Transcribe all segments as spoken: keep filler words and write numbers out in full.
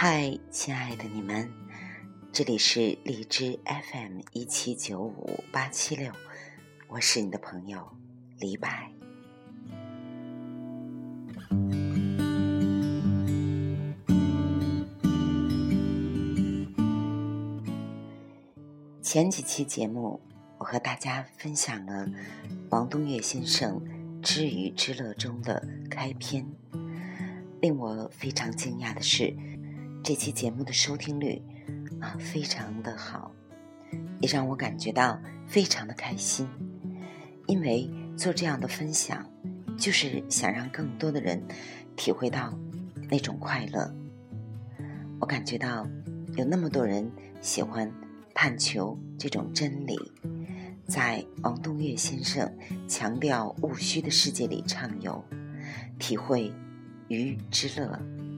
嗨，亲爱的你们，这里是荔枝 F M 一七九五八七六，我是你的朋友李白。前几期节目，我和大家分享了王东岳先生《知鱼之乐》中的开篇。令我非常惊讶的是，这期节目的收听率啊非常的好，也让我感觉到非常的开心。因为做这样的分享，就是想让更多的人体会到那种快乐。我感觉到有那么多人喜欢探求这种真理，在王东岳先生强调务虚的世界里畅游，体会鱼之乐。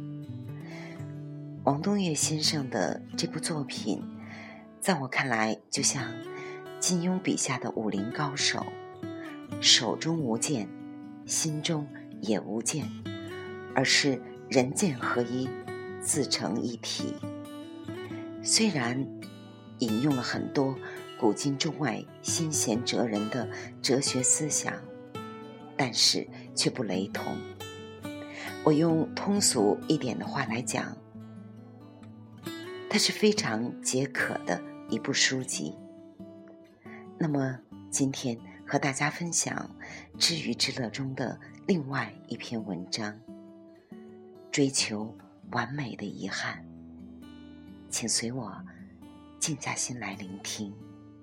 王东岳先生的这部作品，在我看来就像金庸笔下的武林高手，手中无剑，心中也无剑，而是人剑合一，自成一体。虽然引用了很多古今中外先贤哲人的哲学思想，但是却不雷同。我用通俗一点的话来讲，它是非常解渴的一部书籍。那么今天和大家分享《知鱼之乐》中的另外一篇文章，追求完美的遗憾。请随我静下心来聆听。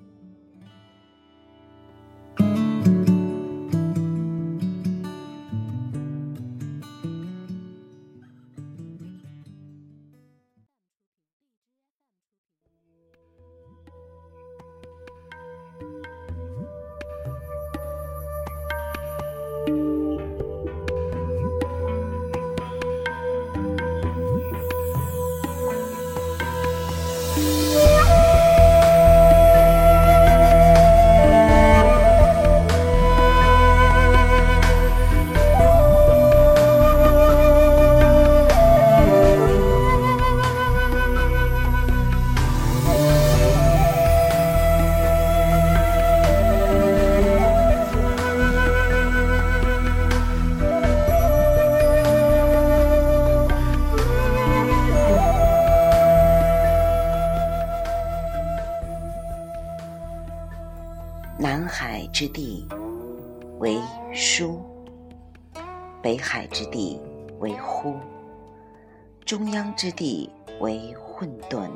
南海之地为疏，北海之地为忽，中央之地为混沌。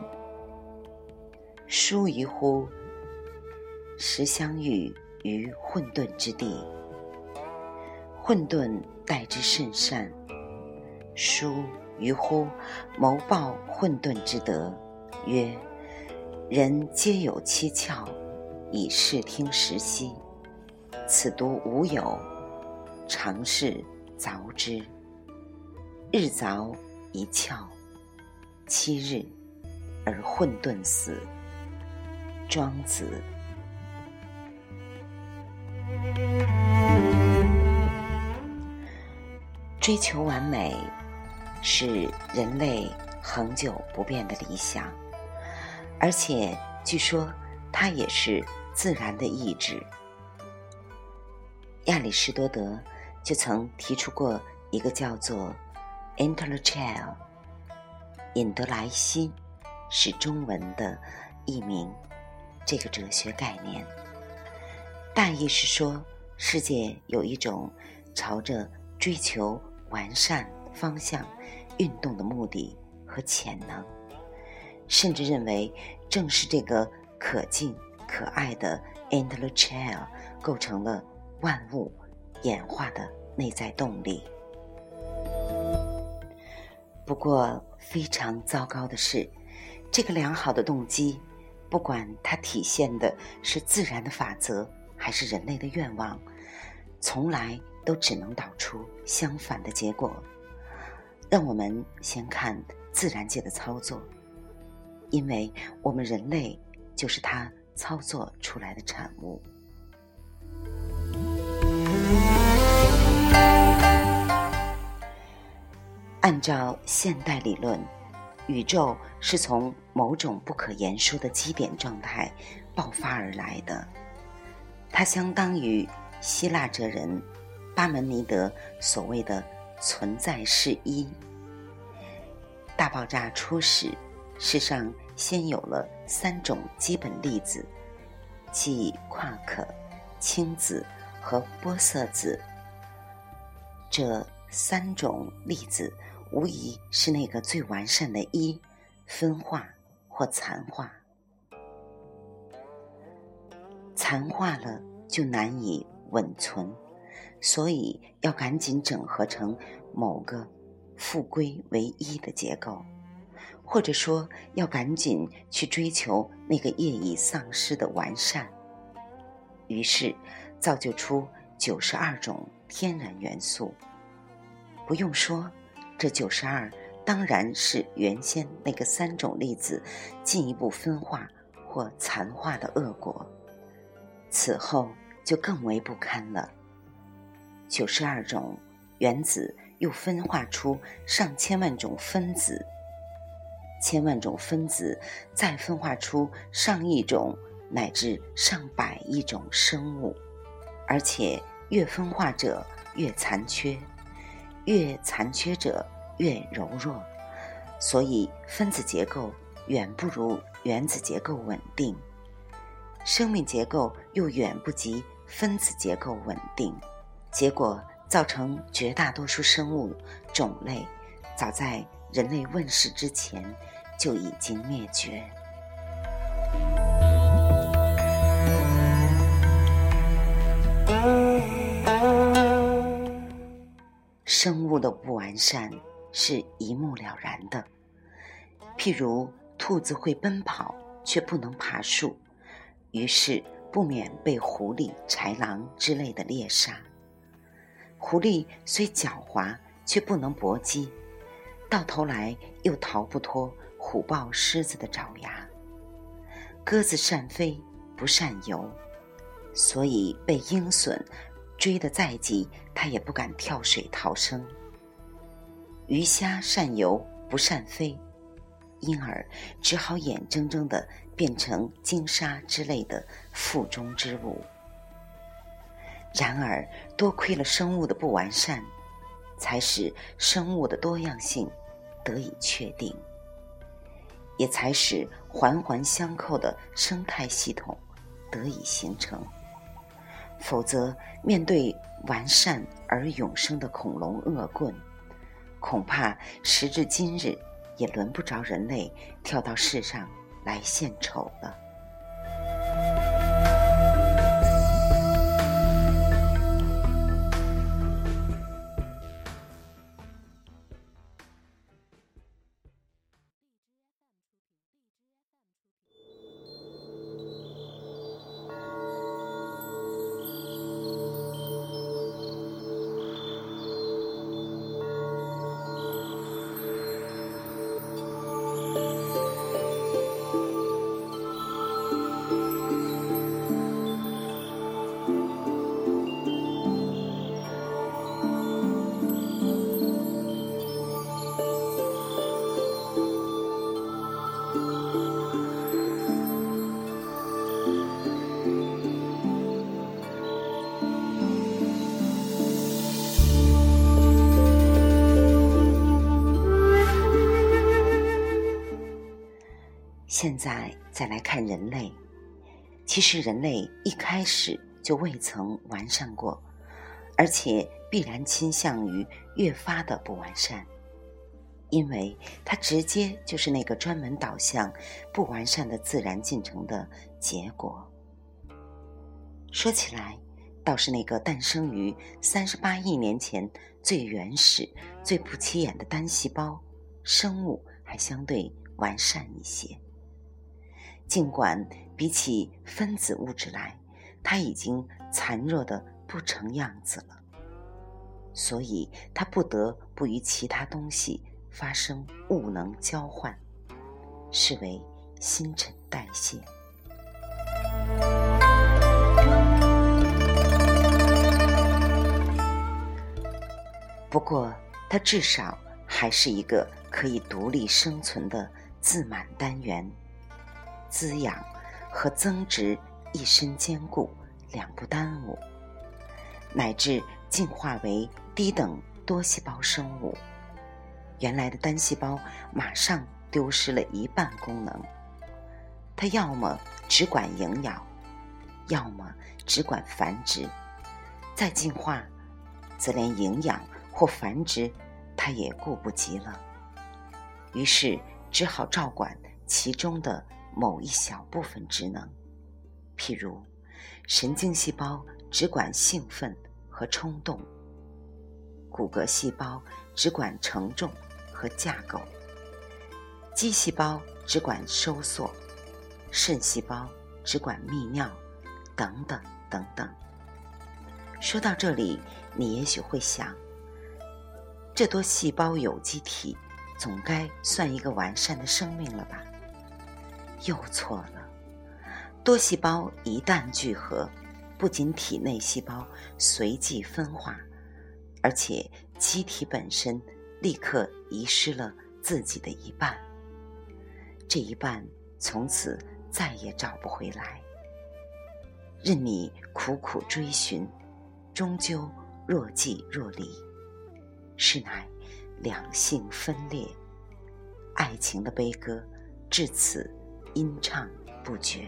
疏于忽，时相遇于混沌之地，混沌待之甚善。疏于忽，谋报混沌之德，曰：人皆有七窍，以视听时息，此独无有，常是凿之。日凿一窍，七日而混沌死。庄子。追求完美是人类恒久不变的理想，而且据说它也是自然的意志。亚里士多德就曾提出过一个叫做 intellectual 引得来心，是中文的译名，这个哲学概念大意是说，世界有一种朝着追求完善方向运动的目的和潜能，甚至认为正是这个可敬可爱的 intellectual 构成了万物演化的内在动力。不过非常糟糕的是，这个良好的动机，不管它体现的是自然的法则还是人类的愿望，从来都只能导出相反的结果。让我们先看自然界的操作，因为我们人类就是它操作出来的产物。按照现代理论， 宇宙是从某种不可言说的基点状态爆发而来的，它相当于希腊哲人巴门尼德所谓的存在是一。大爆炸初始，世上先有了三种基本粒子，即夸克、氢子和玻色子。这三种粒子无疑是那个最完善的一分化或残化，残化了就难以稳存，所以要赶紧整合成某个复归为一的结构，或者说要赶紧去追求那个业已丧失的完善。于是造就出九十二种天然元素。不用说，这九十二当然是原先那个三种粒子进一步分化或残化的恶果，此后就更为不堪了。九十二种原子又分化出上千万种分子，千万种分子再分化出上亿种乃至上百亿种生物，而且越分化者越残缺，越残缺者越柔弱，所以分子结构远不如原子结构稳定，生命结构又远不及分子结构稳定，结果造成绝大多数生物种类早在人类问世之前就已经灭绝。生物的不完善是一目了然的，譬如兔子会奔跑却不能爬树，于是不免被狐狸、豺狼之类的猎杀。狐狸虽狡猾却不能搏击，到头来又逃不脱虎豹狮子的爪牙。鸽子善飞不善游，所以被鹰隼追得再急，它也不敢跳水逃生。鱼虾善游不善飞，因而只好眼睁睁地变成鲸鲨之类的腹中之物。然而多亏了生物的不完善，才使生物的多样性得以确定，也才使环环相扣的生态系统得以形成。否则面对完善而永生的恐龙恶棍，恐怕时至今日也轮不着人类跳到世上来献丑了。现在再来看人类，其实人类一开始就未曾完善过，而且必然倾向于越发的不完善，因为它直接就是那个专门导向不完善的自然进程的结果。说起来，倒是那个诞生于三十八亿年前最原始、最不起眼的单细胞生物还相对完善一些。尽管比起分子物质来，它已经残弱得不成样子了，所以它不得不与其他东西发生物能交换，视为新陈代谢。不过它至少还是一个可以独立生存的自满单元，滋养和增殖一身兼顾，两不耽误，乃至进化为低等多细胞生物。原来的单细胞马上丢失了一半功能，它要么只管营养，要么只管繁殖。再进化，则连营养或繁殖它也顾不及了，于是只好照管其中的某一小部分职能。譬如神经细胞只管兴奋和冲动，骨骼细胞只管承重和架构，肌细胞只管收缩，肾细胞只管泌尿，等等等等。说到这里，你也许会想，这多细胞有机体总该算一个完善的生命了吧？又错了。多细胞一旦聚合，不仅体内细胞随即分化，而且机体本身立刻遗失了自己的一半，这一半从此再也找不回来。任你苦苦追寻，终究若即若离，是乃两性分裂，爱情的悲歌至此吟唱不绝。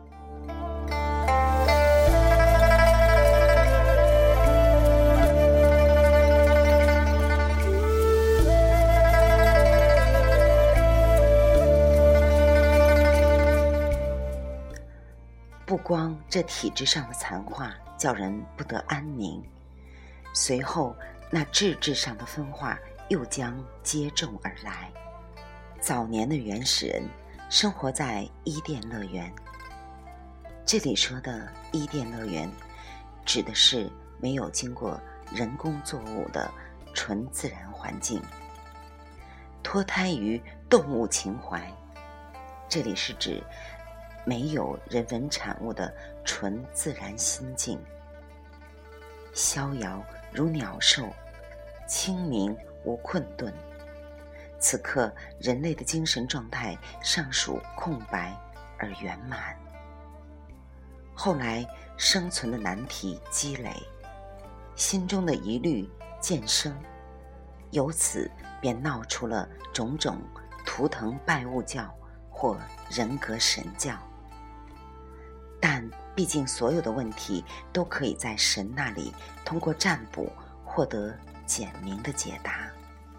不光这体制上的残化叫人不得安宁，随后那质质上的分化又将接踵而来。早年的原始人生活在伊甸乐园，这里说的伊甸乐园指的是没有经过人工作物的纯自然环境，脱胎于动物情怀，这里是指没有人文产物的纯自然心境，逍遥如鸟兽，清明无困顿。此刻人类的精神状态尚属空白而圆满。后来生存的难题积累，心中的疑虑渐生，由此便闹出了种种图腾拜物教或人格神教。但毕竟所有的问题都可以在神那里通过占卜获得简明的解答，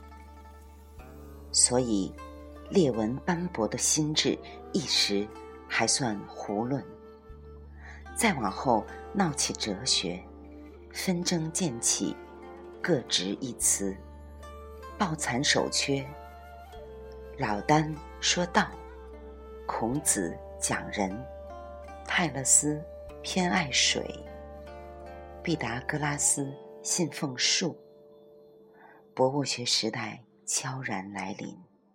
所以裂纹斑驳的心智一时还算胡论。再往后闹起哲学，纷争渐起，各执一词，抱残守缺。老聃说道，孔子讲仁，泰勒斯偏爱水，毕达哥拉斯信奉术。博物学时代悄然来临。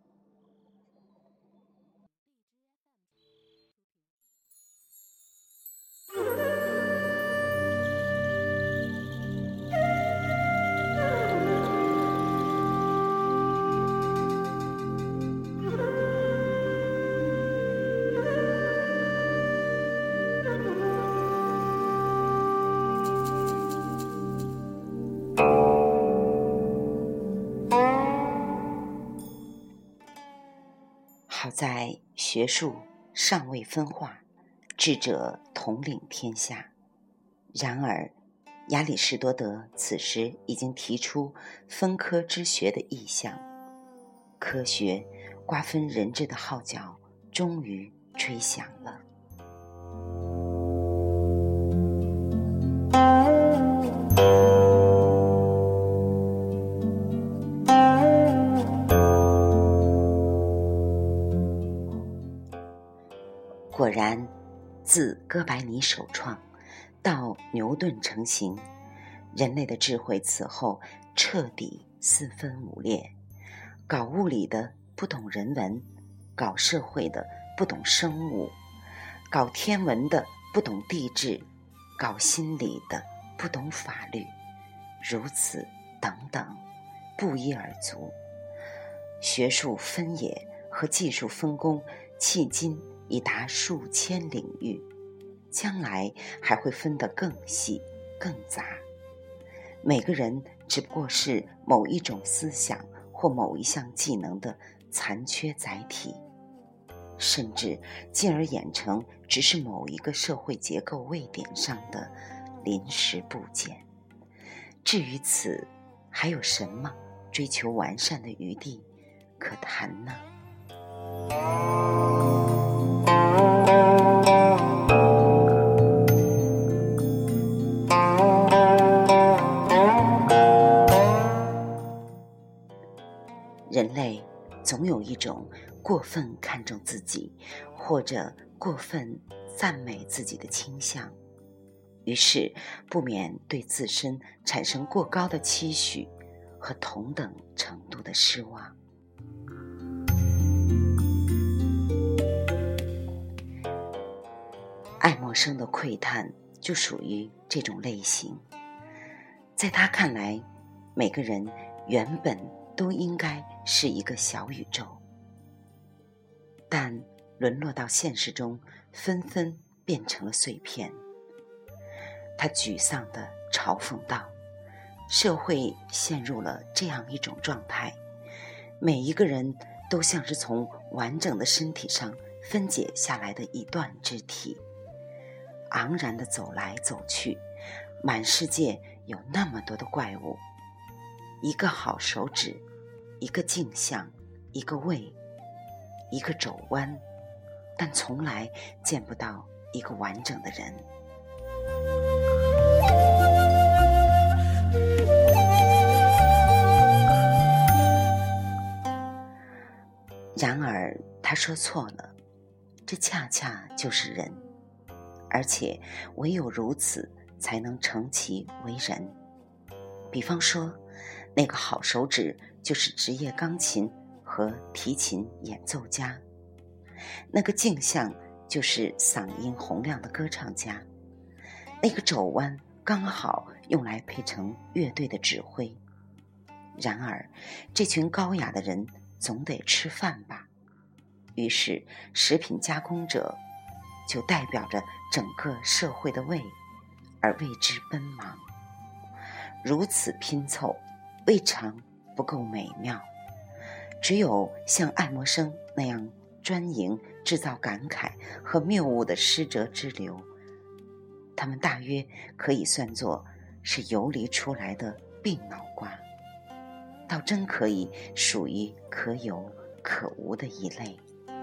好在学术尚未分化，智者统领天下。然而亚里士多德此时已经提出分科之学的意向，科学瓜分人质的号角终于吹响了。果然，自哥白尼首创到牛顿成型，人类的智慧此后彻底四分五裂。搞物理的不懂人文，搞社会的不懂生物，搞天文的不懂地质，搞心理的不懂法律，如此等等，不一而足。 学术分野和技术分工迄今已达数千领域，将来还会分得更细更杂。每个人只不过是某一种思想或某一项技能的残缺载体，甚至进而演成只是某一个社会结构位点上的临时部件。至于此，还有什么追求完善的余地可谈呢？人类总有一种过分看重自己或者过分赞美自己的倾向，于是不免对自身产生过高的期许和同等程度的失望。爱默生的喟叹就属于这种类型。在他看来，每个人原本都应该是一个小宇宙，但沦落到现实中，纷纷变成了碎片。他沮丧地嘲讽道，社会陷入了这样一种状态，每一个人都像是从完整的身体上分解下来的一段肢体，昂然地走来走去，满世界有那么多的怪物，一个好手指，一个镜像，一个胃，一个肘弯，但从来见不到一个完整的人。然而他说错了，这恰恰就是人，而且唯有如此才能成其为人。比方说，那个好手指就是职业钢琴和提琴演奏家，那个镜像就是嗓音洪亮的歌唱家，那个肘弯刚好用来配成乐队的指挥。然而这群高雅的人总得吃饭吧，于是食品加工者就代表着整个社会的胃，而为之奔忙。如此拼凑未尝不够美妙，只有像爱默生那样专营制造感慨和谬误的失哲之流，他们大约可以算作是游离出来的病脑瓜，倒真可以属于可有可无的一类。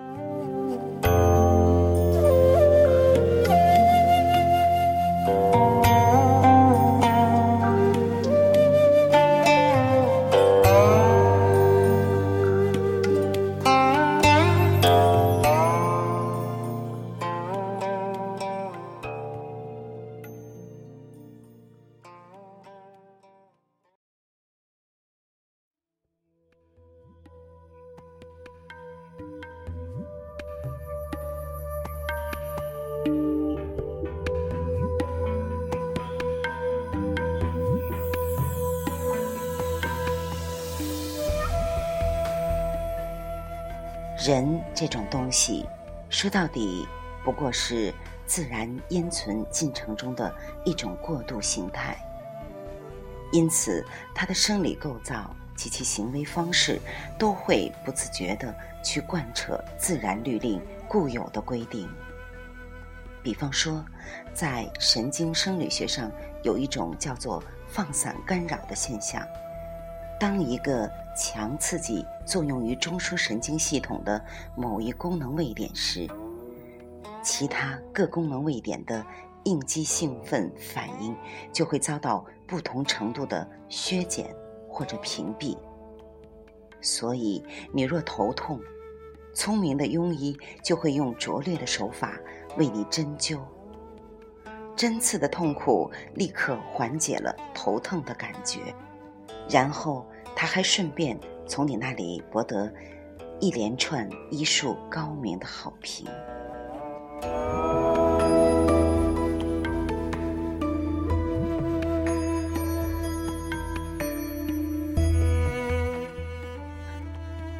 人这种东西，说到底不过是自然淹存进程中的一种过渡形态，因此它的生理构造及其行为方式都会不自觉地去贯彻自然律令固有的规定。比方说，在神经生理学上有一种叫做放散干扰的现象，当一个强刺激作用于中枢神经系统的某一功能位点时，其他各功能位点的应激兴奋反应就会遭到不同程度的削减或者屏蔽。所以你若头痛，聪明的庸医就会用拙劣的手法为你针灸，针刺的痛苦立刻缓解了头疼的感觉，然后他还顺便从你那里博得一连串医术高明的好评。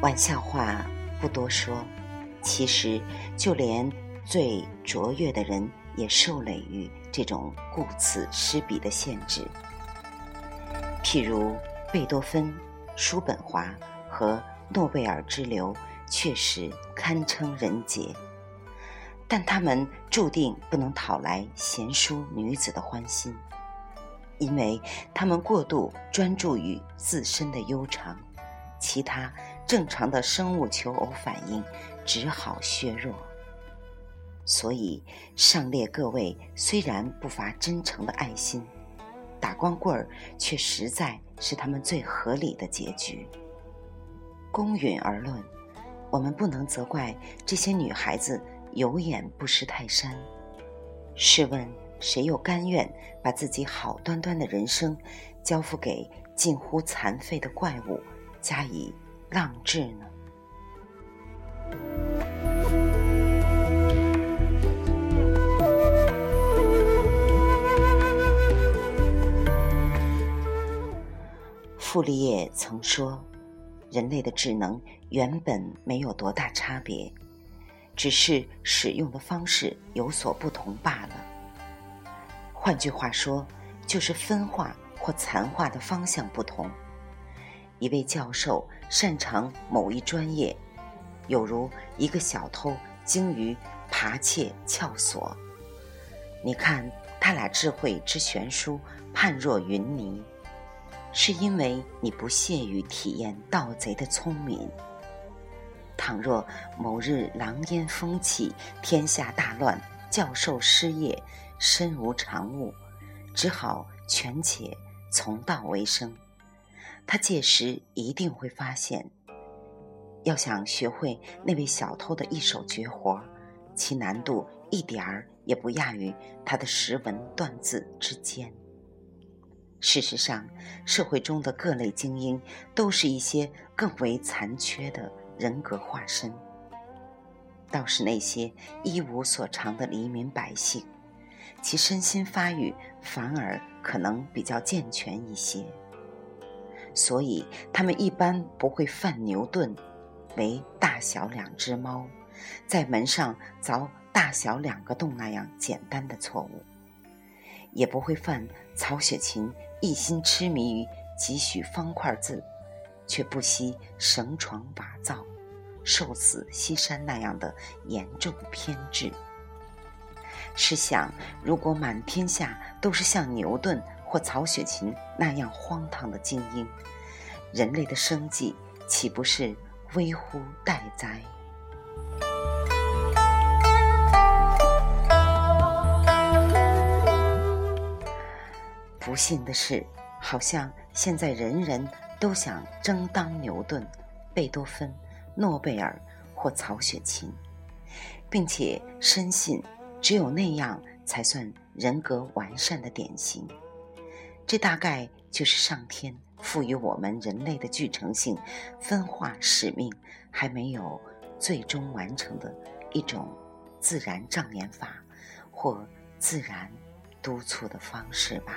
玩笑话不多说，其实就连最卓越的人也受累于这种顾此失彼的限制。譬如贝多芬、叔本华和诺贝尔之流确实堪称人杰，但他们注定不能讨来贤淑女子的欢心，因为他们过度专注于自身的悠长，其他正常的生物求偶反应只好削弱。所以上列各位虽然不乏真诚的爱心，打光棍儿却实在是他们最合理的结局。公允而论，我们不能责怪这些女孩子有眼不识泰山。试问谁又甘愿把自己好端端的人生交付给近乎残废的怪物加以浪掷呢？傅立叶曾说，人类的智能原本没有多大差别，只是使用的方式有所不同罢了。换句话说，就是分化或残化的方向不同。一位教授擅长某一专业，有如一个小偷精于扒窃撬锁。你看他俩智慧之悬殊，判若云泥，是因为你不屑于体验盗贼的聪明。倘若某日狼烟风起，天下大乱，教授失业，身无长物，只好权且从道为生，他届时一定会发现，要想学会那位小偷的一手绝活，其难度一点儿也不亚于他的识文断字之间。事实上，社会中的各类精英都是一些更为残缺的人格化身，倒是那些一无所长的黎民百姓，其身心发育反而可能比较健全一些，所以他们一般不会犯牛顿为大小两只猫，在门上凿大小两个洞那样简单的错误，也不会犯曹雪芹一心痴迷于几许方块字，却不惜绳床瓦灶，受死西山那样的严重偏执。试想，如果满天下都是像牛顿或曹雪芹那样荒唐的精英，人类的生计岂不是危乎待哉？不幸的是，好像现在人人都想争当牛顿、贝多芬、诺贝尔或曹雪芹，并且深信只有那样才算人格完善的典型。这大概就是上天赋予我们人类的具成性分化使命还没有最终完成的一种自然障眼法或自然督促的方式吧。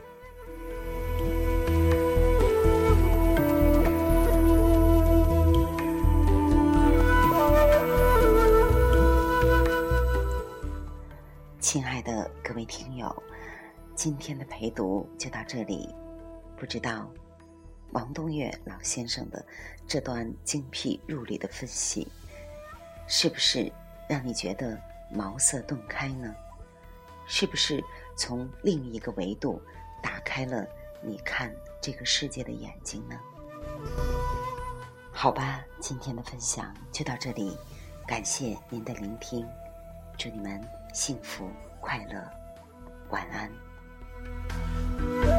亲爱的各位听友，今天的陪读就到这里。不知道王东岳老先生的这段精辟入理的分析，是不是让你觉得茅塞顿开呢？是不是从另一个维度打开了你看这个世界的眼睛呢？好吧，今天的分享就到这里，感谢您的聆听，祝你们幸福快乐，晚安。